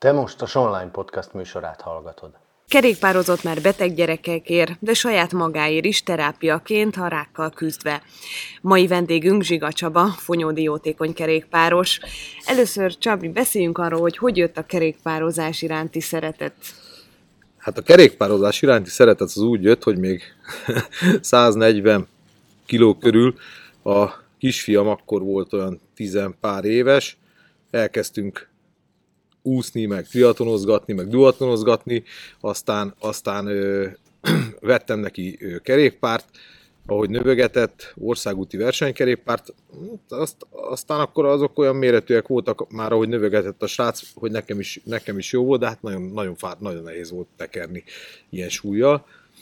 Te most a Sonline Podcast műsorát hallgatod. Kerékpározott már beteg gyerekekért, de saját magáért is terápiaként a rákkal küzdve. Mai vendégünk Zsiga Csaba, fonyódi jótékony kerékpáros. Először, Csabi, beszéljünk arról, hogy jött a kerékpározás iránti szeretet. Hát a kerékpározás iránti szeretet az úgy jött, hogy még 140 kiló körül a kisfiam akkor volt olyan 10 pár éves, elkezdtünk úszni, meg triatlonozgatni, meg duatlonozgatni, aztán vettem neki kerékpárt, ahogy növegetett, országúti versenykerékpárt, aztán akkor azok olyan méretűek voltak már, ahogy növegetett a srác, hogy nekem is jó volt, de hát nagyon nehéz volt tekerni ilyen súllyal.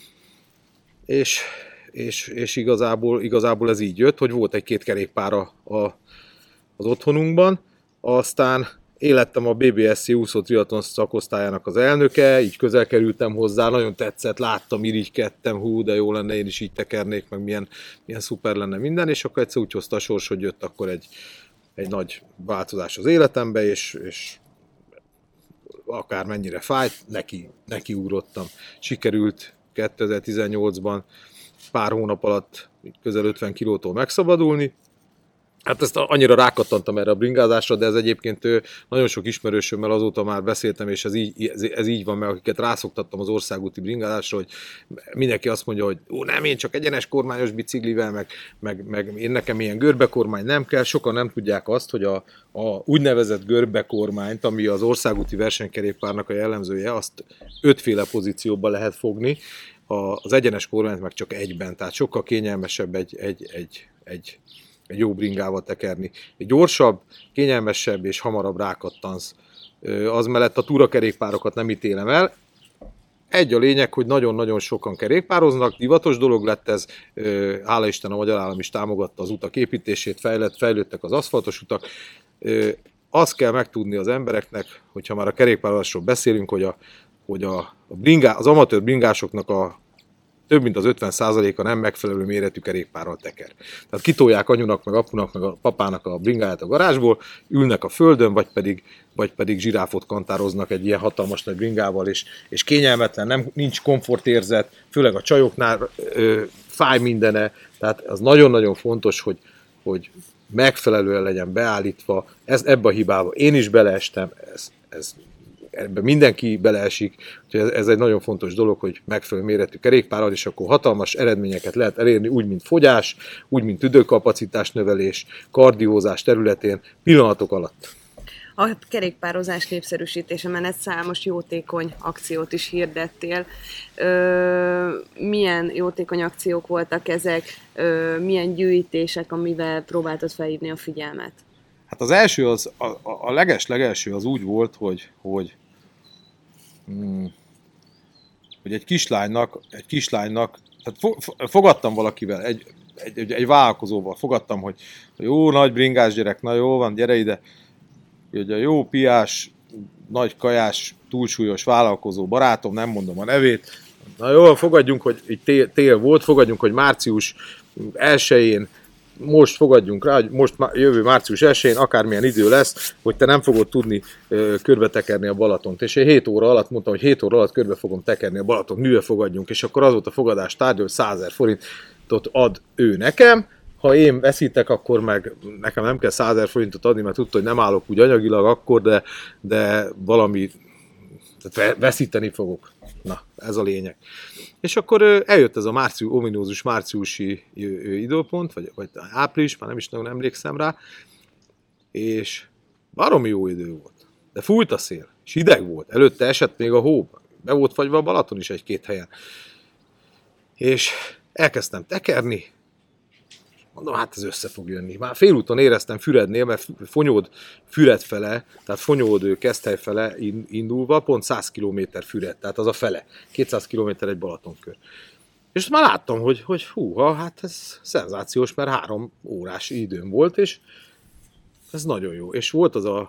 És igazából ez így jött, hogy volt egy-két kerékpára az otthonunkban, aztán én lettem a BBSC úszó triatlon szakosztályának az elnöke, így közel kerültem hozzá, nagyon tetszett, láttam, irigykedtem, hú, de jó lenne, én is így tekernék, meg milyen szuper lenne minden, és akkor egyszer úgy hozta a sors, hogy jött akkor egy nagy változás az életembe, és akármennyire fájt, neki ugrottam. Sikerült 2018-ban pár hónap alatt közel 50 kilótól megszabadulni. Hát ezt annyira rákattantam erre a bringázásra, de ez egyébként nagyon sok ismerősömmel azóta már beszéltem, és ez így van, mert akiket rászoktattam az országúti bringázásra, hogy mindenki azt mondja, hogy nem, én csak egyenes kormányos biciklivel, meg én nekem ilyen görbekormány nem kell. Sokan nem tudják azt, hogy a úgynevezett görbekormányt, ami az országúti versenykerékpárnak a jellemzője, azt 5 féle pozícióban lehet fogni, az egyenes kormányt meg csak egyben, tehát sokkal kényelmesebb egy jó bringával tekerni. Egy gyorsabb, kényelmesebb és hamarabb rákattansz. Az mellett a túrakerékpárokat nem ítélem el. Egy a lényeg, hogy nagyon-nagyon sokan kerékpároznak, divatos dolog lett ez, hála Isten a magyar állam is támogatta az utak építését, fejlődtek az aszfaltos utak. Azt kell megtudni az embereknek, hogyha már a kerékpározásról beszélünk, hogy az amatőr bringásoknak a több mint az 50%-a nem megfelelő méretű kerékpárral teker. Tehát kitolják anyunak, meg apunak, meg a papának a bringáját a garázsból, ülnek a földön, vagy pedig zsiráfot kantároznak egy ilyen hatalmas nagy bringával, és kényelmetlen, nincs komfortérzet, főleg a csajoknál fáj mindene, tehát az nagyon-nagyon fontos, hogy megfelelően legyen beállítva. Ebbe a hibába én is beleestem, ebben mindenki beleesik, úgyhogy ez egy nagyon fontos dolog, hogy megfelelő méretű kerékpárral, és akkor hatalmas eredményeket lehet elérni, úgy, mint fogyás, úgy, mint tüdőkapacitás növelés, kardiózás területén, pillanatok alatt. A kerékpározás népszerűsítése mellett számos jótékony akciót is hirdettél. Milyen jótékony akciók voltak ezek, milyen gyűjtések, amivel próbáltad felhívni a figyelmet? Hát az első, a legelső az úgy volt, hogy egy kislánynak, tehát fogadtam valakivel, egy vállalkozóval fogadtam, hogy jó, nagy bringás gyerek, na jó van, gyere ide, hogy a jó piás, nagy kajás, túlsúlyos vállalkozó barátom, nem mondom a nevét, na jó, fogadjunk, hogy itt tél volt, fogadjunk, hogy március 1-én most fogadjunk rá, hogy most jövő március 1-én akármilyen idő lesz, hogy te nem fogod tudni körbe tekerni a Balatont. És én 7 óra alatt mondtam, hogy 7 óra alatt körbe fogom tekerni a Balatont, mivel fogadjunk. És akkor az volt a fogadás tárgya, hogy 100 000 forintot ad ő nekem. Ha én veszítek, akkor meg nekem nem kell 100 000 forintot adni, mert tudta, hogy nem állok úgy anyagilag akkor, de valami, tehát veszíteni fogok. Na, ez a lényeg. És akkor eljött ez a ominózus márciusi időpont, vagy április, már nem is nagyon emlékszem rá, és baromi jó idő volt. De fújt a szél, és hideg volt, előtte esett még a hó, be volt fagyva a Balaton is egy-két helyen. És elkezdtem tekerni, mondom, hát ez össze fog jönni. Már félúton éreztem Fürednél, mert Fonyód Füred fele, tehát Fonyód Keszthely fele indulva, pont 100 km Füred, tehát az a fele. 200 km egy Balatonkör. És már láttam, hogy húha, hát ez szenzációs, mert 3 órás időm volt, és ez nagyon jó. És volt az a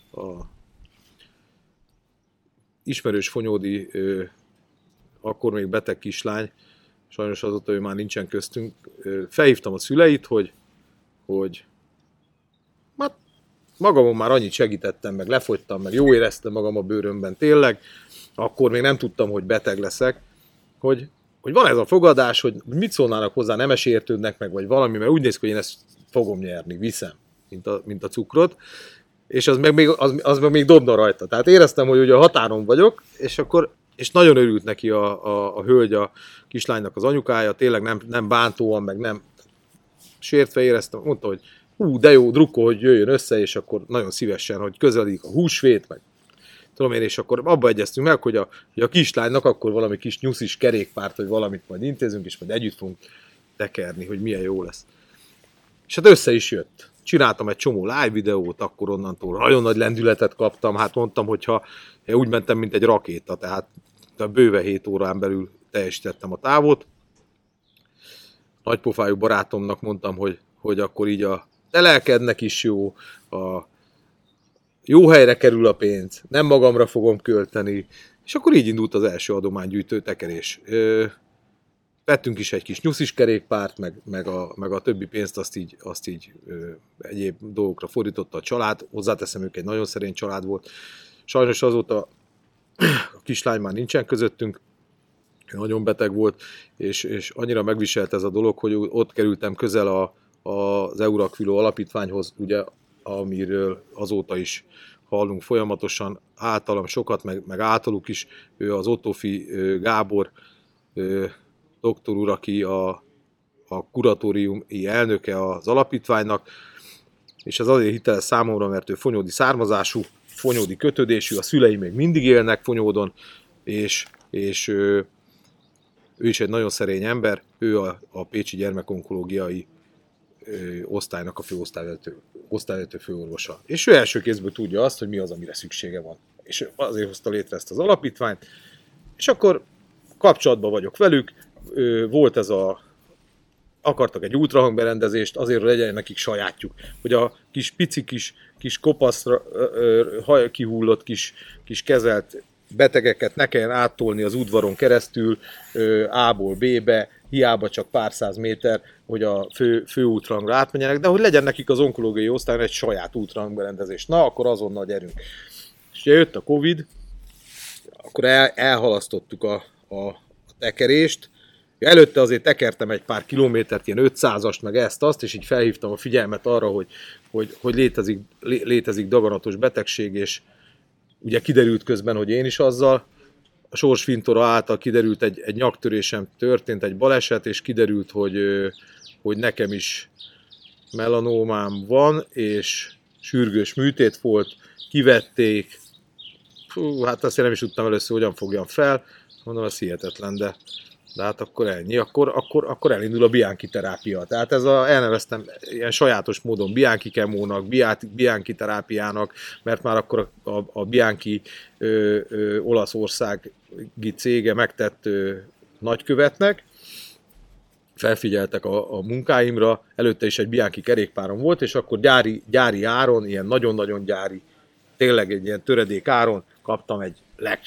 ismerős fonyódi, akkor még beteg kislány, sajnos azóta ő már nincsen köztünk, felhívtam a szüleit, hogy magamon már annyit segítettem, meg lefogytam, meg jó éreztem magam a bőrömben tényleg, akkor még nem tudtam, hogy beteg leszek, hogy van ez a fogadás, hogy mit szólnának hozzá, nem esértődnek meg, vagy valami, mert úgy néz ki, hogy én ezt fogom nyerni, viszem, mint a cukrot, és az meg még dobna rajta. Tehát éreztem, hogy ugye a határon vagyok, és nagyon örült neki a hölgy, a kislánynak az anyukája, tényleg nem bántóan, meg nem sértve éreztem, mondta, hogy de jó, drukkol, hogy jöjjön össze, és akkor nagyon szívesen, hogy közeledik a húsvét, meg tudom én, és akkor abba egyeztünk meg, hogy a kislánynak akkor valami kis nyuszis kerékpárt, vagy valamit majd intézünk, és majd együtt fogunk tekerni, hogy milyen jó lesz. És hát össze is jött. Csináltam egy csomó live videót, akkor onnantól nagyon nagy lendületet kaptam, hát mondtam, hogyha úgy mentem, mint egy rakéta, tehát bőve 7 órán belül teljesítettem a távot. Nagypofájú barátomnak mondtam, hogy akkor így a te lelkednek is jó, jó helyre kerül a pénz, nem magamra fogom költeni, és akkor így indult az első adománygyűjtő tekerés. Vettünk is egy kis nyuszis kerékpárt, meg a többi pénzt azt így egyéb dolgokra fordította a család. Hozzáteszem, ők egy nagyon szerény család volt. Sajnos azóta a kislány már nincsen közöttünk, nagyon beteg volt, és annyira megviselt ez a dolog, hogy ott kerültem közel az Eurakviló alapítványhoz, ugye, amiről azóta is hallunk folyamatosan, általam sokat, meg általuk is, ő az Ottófi Gábor doktor úr, aki a kuratóriumi elnöke az alapítványnak, és ez azért hiteles számomra, mert ő fonyódi származású, fonyódi kötődésű, a szülei még mindig élnek Fonyódon, és ő is egy nagyon szerény ember, ő a Pécsi Gyermekonkológiai osztálynak a osztályvezető főorvosa. És ő első kézből tudja azt, hogy mi az, amire szüksége van. És azért hozta létre ezt az alapítványt, és akkor kapcsolatban vagyok velük, volt akartak egy ultrahangberendezést, azért legyen nekik sajátjuk, hogy a kis pici kis kopaszra kihullott kis kezelt betegeket ne kelljen áttolni az udvaron keresztül A-ból B-be, hiába csak pár száz méter, hogy a főútrangra átmenjenek, de hogy legyen nekik az onkológiai osztályon egy saját útrangberendezés. Na, akkor azonnal gyerünk. És ugye jött a Covid, akkor elhalasztottuk a tekerést. Előtte azért tekertem egy pár kilométert, ilyen 500-ast, meg ezt-azt, és így felhívtam a figyelmet arra, hogy létezik daganatos betegség, és ugye kiderült közben, hogy én is azzal, a sorsfintora által kiderült, egy nyaktörésem történt, egy baleset, és kiderült, hogy nekem is melanómám van, és sürgős műtét volt, kivették, hát azt én nem is tudtam először, hogyan fogjam fel, mondom, ez hihetetlen, de hát akkor ennyi, akkor elindul a Bianchi terápia. Tehát elneveztem ilyen sajátos módon Bianchi kemónak, Bianchi terápiának, mert már akkor a Bianchi olaszországi cége megtett nagykövetnek, felfigyeltek a munkáimra, előtte is egy Bianchi kerékpárom volt, és akkor gyári áron, ilyen nagyon-nagyon gyári, tényleg egy ilyen töredék áron kaptam egy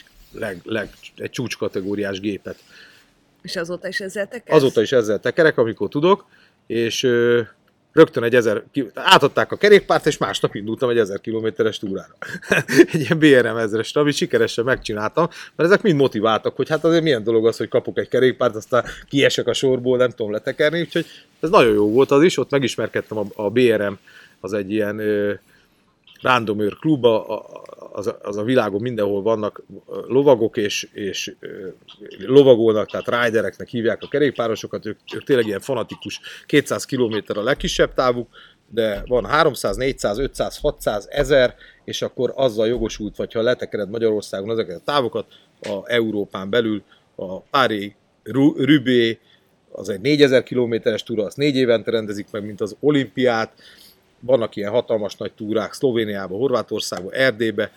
egy csúcskategóriás gépet. És azóta is ezzel tekersz? Azóta is ezzel tekerek, amikor tudok, és rögtön átadták a kerékpárt, és másnap indultam egy 1000 kilométeres túrára. Egy ilyen BRM 1000-es, amit sikeresen megcsináltam, mert ezek mind motiváltak, hogy hát azért milyen dolog az, hogy kapok egy kerékpárt, aztán kiesek a sorból, nem tudom letekerni, úgyhogy ez nagyon jó volt az is, ott megismerkedtem a BRM, az egy ilyen randomőr klub, az a világon mindenhol vannak lovagok, és lovagolnak, tehát ridereknek hívják a kerékpárosokat, ők tényleg ilyen fanatikus, 200 km a legkisebb távuk, de van 300, 400, 500, 600, 1000, és akkor azzal jogosult vagy, ha letekered Magyarországon ezeket a távokat, a Európán belül a Paris-Roubaix, az egy 4000 kilométeres túra, azt 4 évente rendezik meg, mint az olimpiát. Vannak ilyen hatalmas nagy túrák Szlovéniába, Horvátországba, Erdélybe.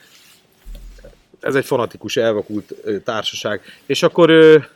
Ez egy fanatikus, elvakult társaság. És akkor...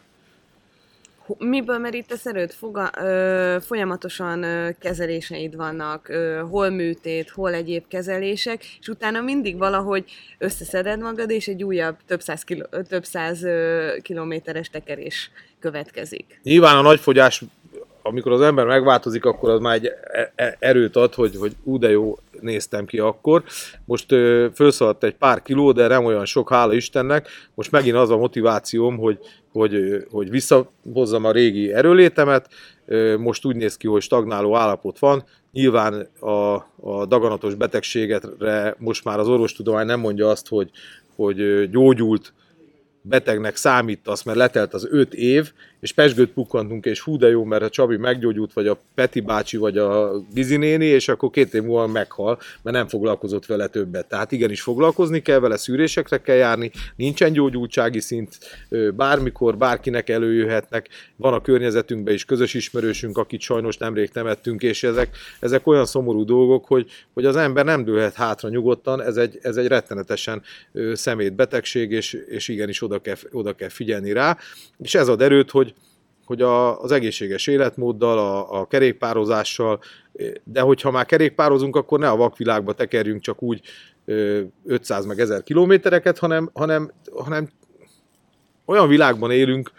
Miből merítesz erőt? Folyamatosan kezeléseid vannak, hol műtét, hol egyéb kezelések, és utána mindig valahogy összeszeded magad, és egy újabb több száz kilométeres tekerés következik. Nyilván a nagyfogyás amikor az ember megváltozik, akkor az már egy erőt ad, hogy de jó néztem ki akkor. Most felszaladt egy pár kiló, de nem olyan sok, hála Istennek. Most megint az a motivációm, hogy visszahozzam a régi erőlétemet. Most úgy néz ki, hogy stagnáló állapot van. Nyilván a daganatos betegségre most már az orvostudomány nem mondja azt, hogy gyógyult betegnek számítasz, mert letelt az 5 év, és pezsgőt pukkantunk, és hú de jó, mert a Csabi meggyógyult, vagy a Peti bácsi, vagy a Gizi néni, és akkor 2 év múlva meghal, mert nem foglalkozott vele többet. Tehát igenis foglalkozni kell vele, szűrésekre kell járni, nincsen gyógyultsági szint, bármikor, bárkinek előjöhetnek. Van a környezetünkben is közös ismerősünk, akit sajnos nemrég temettünk, és ezek olyan szomorú dolgok, hogy az ember nem dőlhet hátra nyugodtan, ez egy rettenetesen szemétbetegség, és igenis oda kell figyelni rá. És ez ad erőt, hogy az egészséges életmóddal, a kerékpározással, de hogyha már kerékpározunk, akkor ne a vakvilágba tekerjünk csak úgy 500 meg 1000 kilométereket, hanem olyan világban élünk,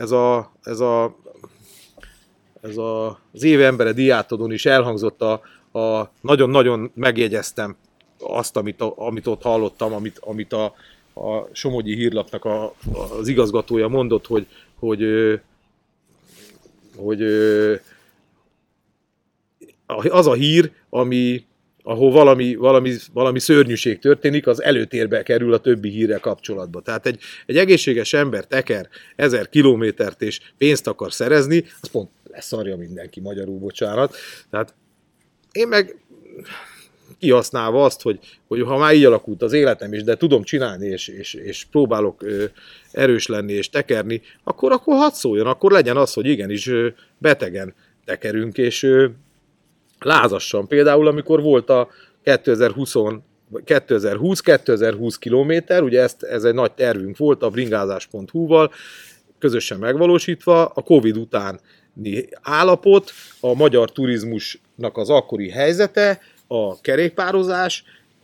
az év embere diátodon is elhangzott nagyon-nagyon megjegyeztem azt, amit ott hallottam, amit a Somogyi Hírlapnak az igazgatója mondott, hogy az a hír, ahol valami szörnyűség történik, az előtérbe kerül a többi hírrel kapcsolatban. Tehát egy egészséges ember teker 1000 kilométert és pénzt akar szerezni, az pont leszarja mindenki, magyarul, bocsánat. Tehát én meg kihasználva azt, hogy ha már így alakult az életem is, de tudom csinálni, és próbálok erős lenni és tekerni, akkor hadd szóljon, akkor legyen az, hogy igenis betegen tekerünk, és lázassan. Például, amikor volt a 2020 kilométer, ugye ez egy nagy tervünk volt a bringázás.hu-val, közösen megvalósítva, a Covid utáni állapot, a magyar turizmusnak az akkori helyzete, a kerékpározás,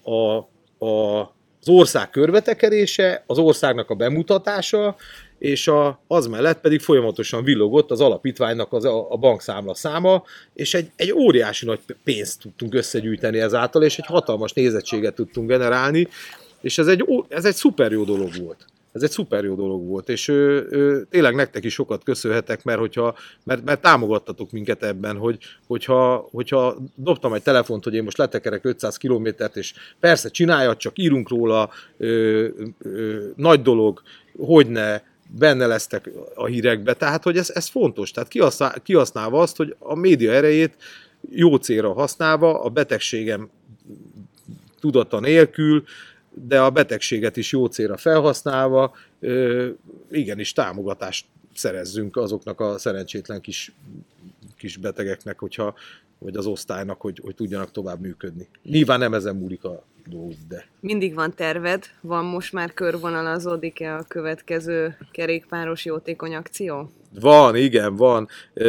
az ország körbetekerése, az országnak a bemutatása, és az mellett pedig folyamatosan villogott az alapítványnak a bankszámla száma, és egy óriási nagy pénzt tudtunk összegyűjteni ezáltal, és egy hatalmas nézettséget tudtunk generálni, és ez egy szuper jó dolog volt. Ez egy szuper jó dolog volt, és tényleg nektek is sokat köszönhetek, mert támogattatok minket ebben, hogyha dobtam egy telefont, hogy én most letekerek 500 kilométert, és persze csináljad, csak írunk róla, nagy dolog, hogyne, benne lesztek a hírekbe, tehát hogy ez fontos, tehát kihasználva azt, hogy a média erejét jó célra használva, a betegségem tudata nélkül, de a betegséget is jó célra felhasználva, igenis támogatást szerezzünk azoknak a szerencsétlen kis betegeknek, vagy az osztálynak, hogy tudjanak tovább működni. Nyilván nem ezen múlik a dolog, de... Mindig van terved? Van most már körvonalazódik-e a következő kerékpáros jótékony akció? Van, igen, van.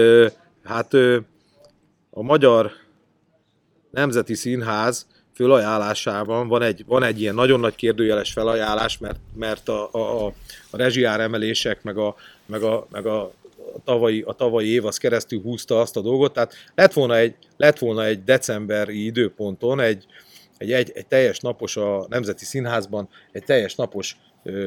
A Magyar Nemzeti Színház fölajánlásában van egy ilyen nagyon nagy kérdőjeles felajánlás, mert a rezsiáremelések meg a tavalyi év az keresztül húzta azt a dolgot, tehát lett volna egy decemberi időponton egy teljes napos a Nemzeti Színházban, egy teljes napos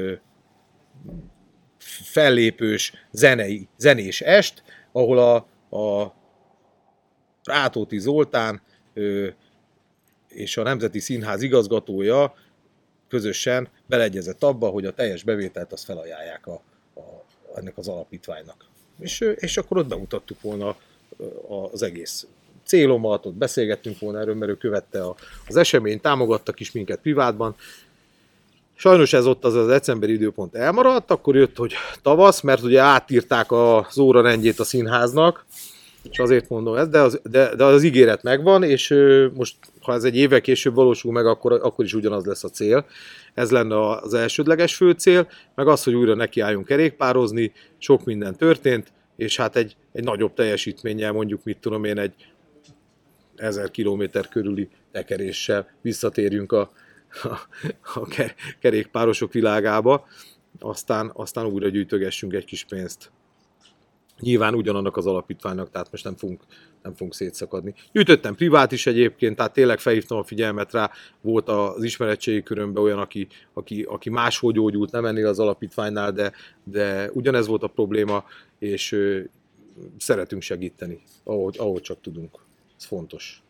fellépős zenés est, ahol a Rátóti Zoltán és a Nemzeti Színház igazgatója közösen beleegyezett abba, hogy a teljes bevételt azt felajánlják ennek az alapítványnak. És akkor ott bemutattuk volna az egész célomat, ott beszélgettünk volna erről, mert ő követte az eseményt, támogattak is minket privátban. Sajnos ez ott az decemberi időpont elmaradt, akkor jött, hogy tavasz, mert ugye átírták az órarendjét a színháznak, és azért mondom ezt, de az ígéret megvan, és most, ha ez egy évvel később valósul meg, akkor is ugyanaz lesz a cél. Ez lenne az elsődleges fő cél, meg az, hogy újra nekiálljunk kerékpározni, sok minden történt, és hát egy nagyobb teljesítménnyel, mondjuk mit tudom én, egy 1000 kilométer körüli tekeréssel visszatérjünk a kerékpárosok világába, aztán újra gyűjtögessünk egy kis pénzt. Nyilván ugyanannak az alapítványnak, tehát most nem fogunk szétszakadni. Gyűjtöttem privát is egyébként, tehát tényleg felhívtam a figyelmet rá, volt az ismeretségi körömben olyan, aki máshol gyógyult, nem ennél az alapítványnál, de ugyanez volt a probléma, és szeretünk segíteni, ahogy csak tudunk. Ez fontos.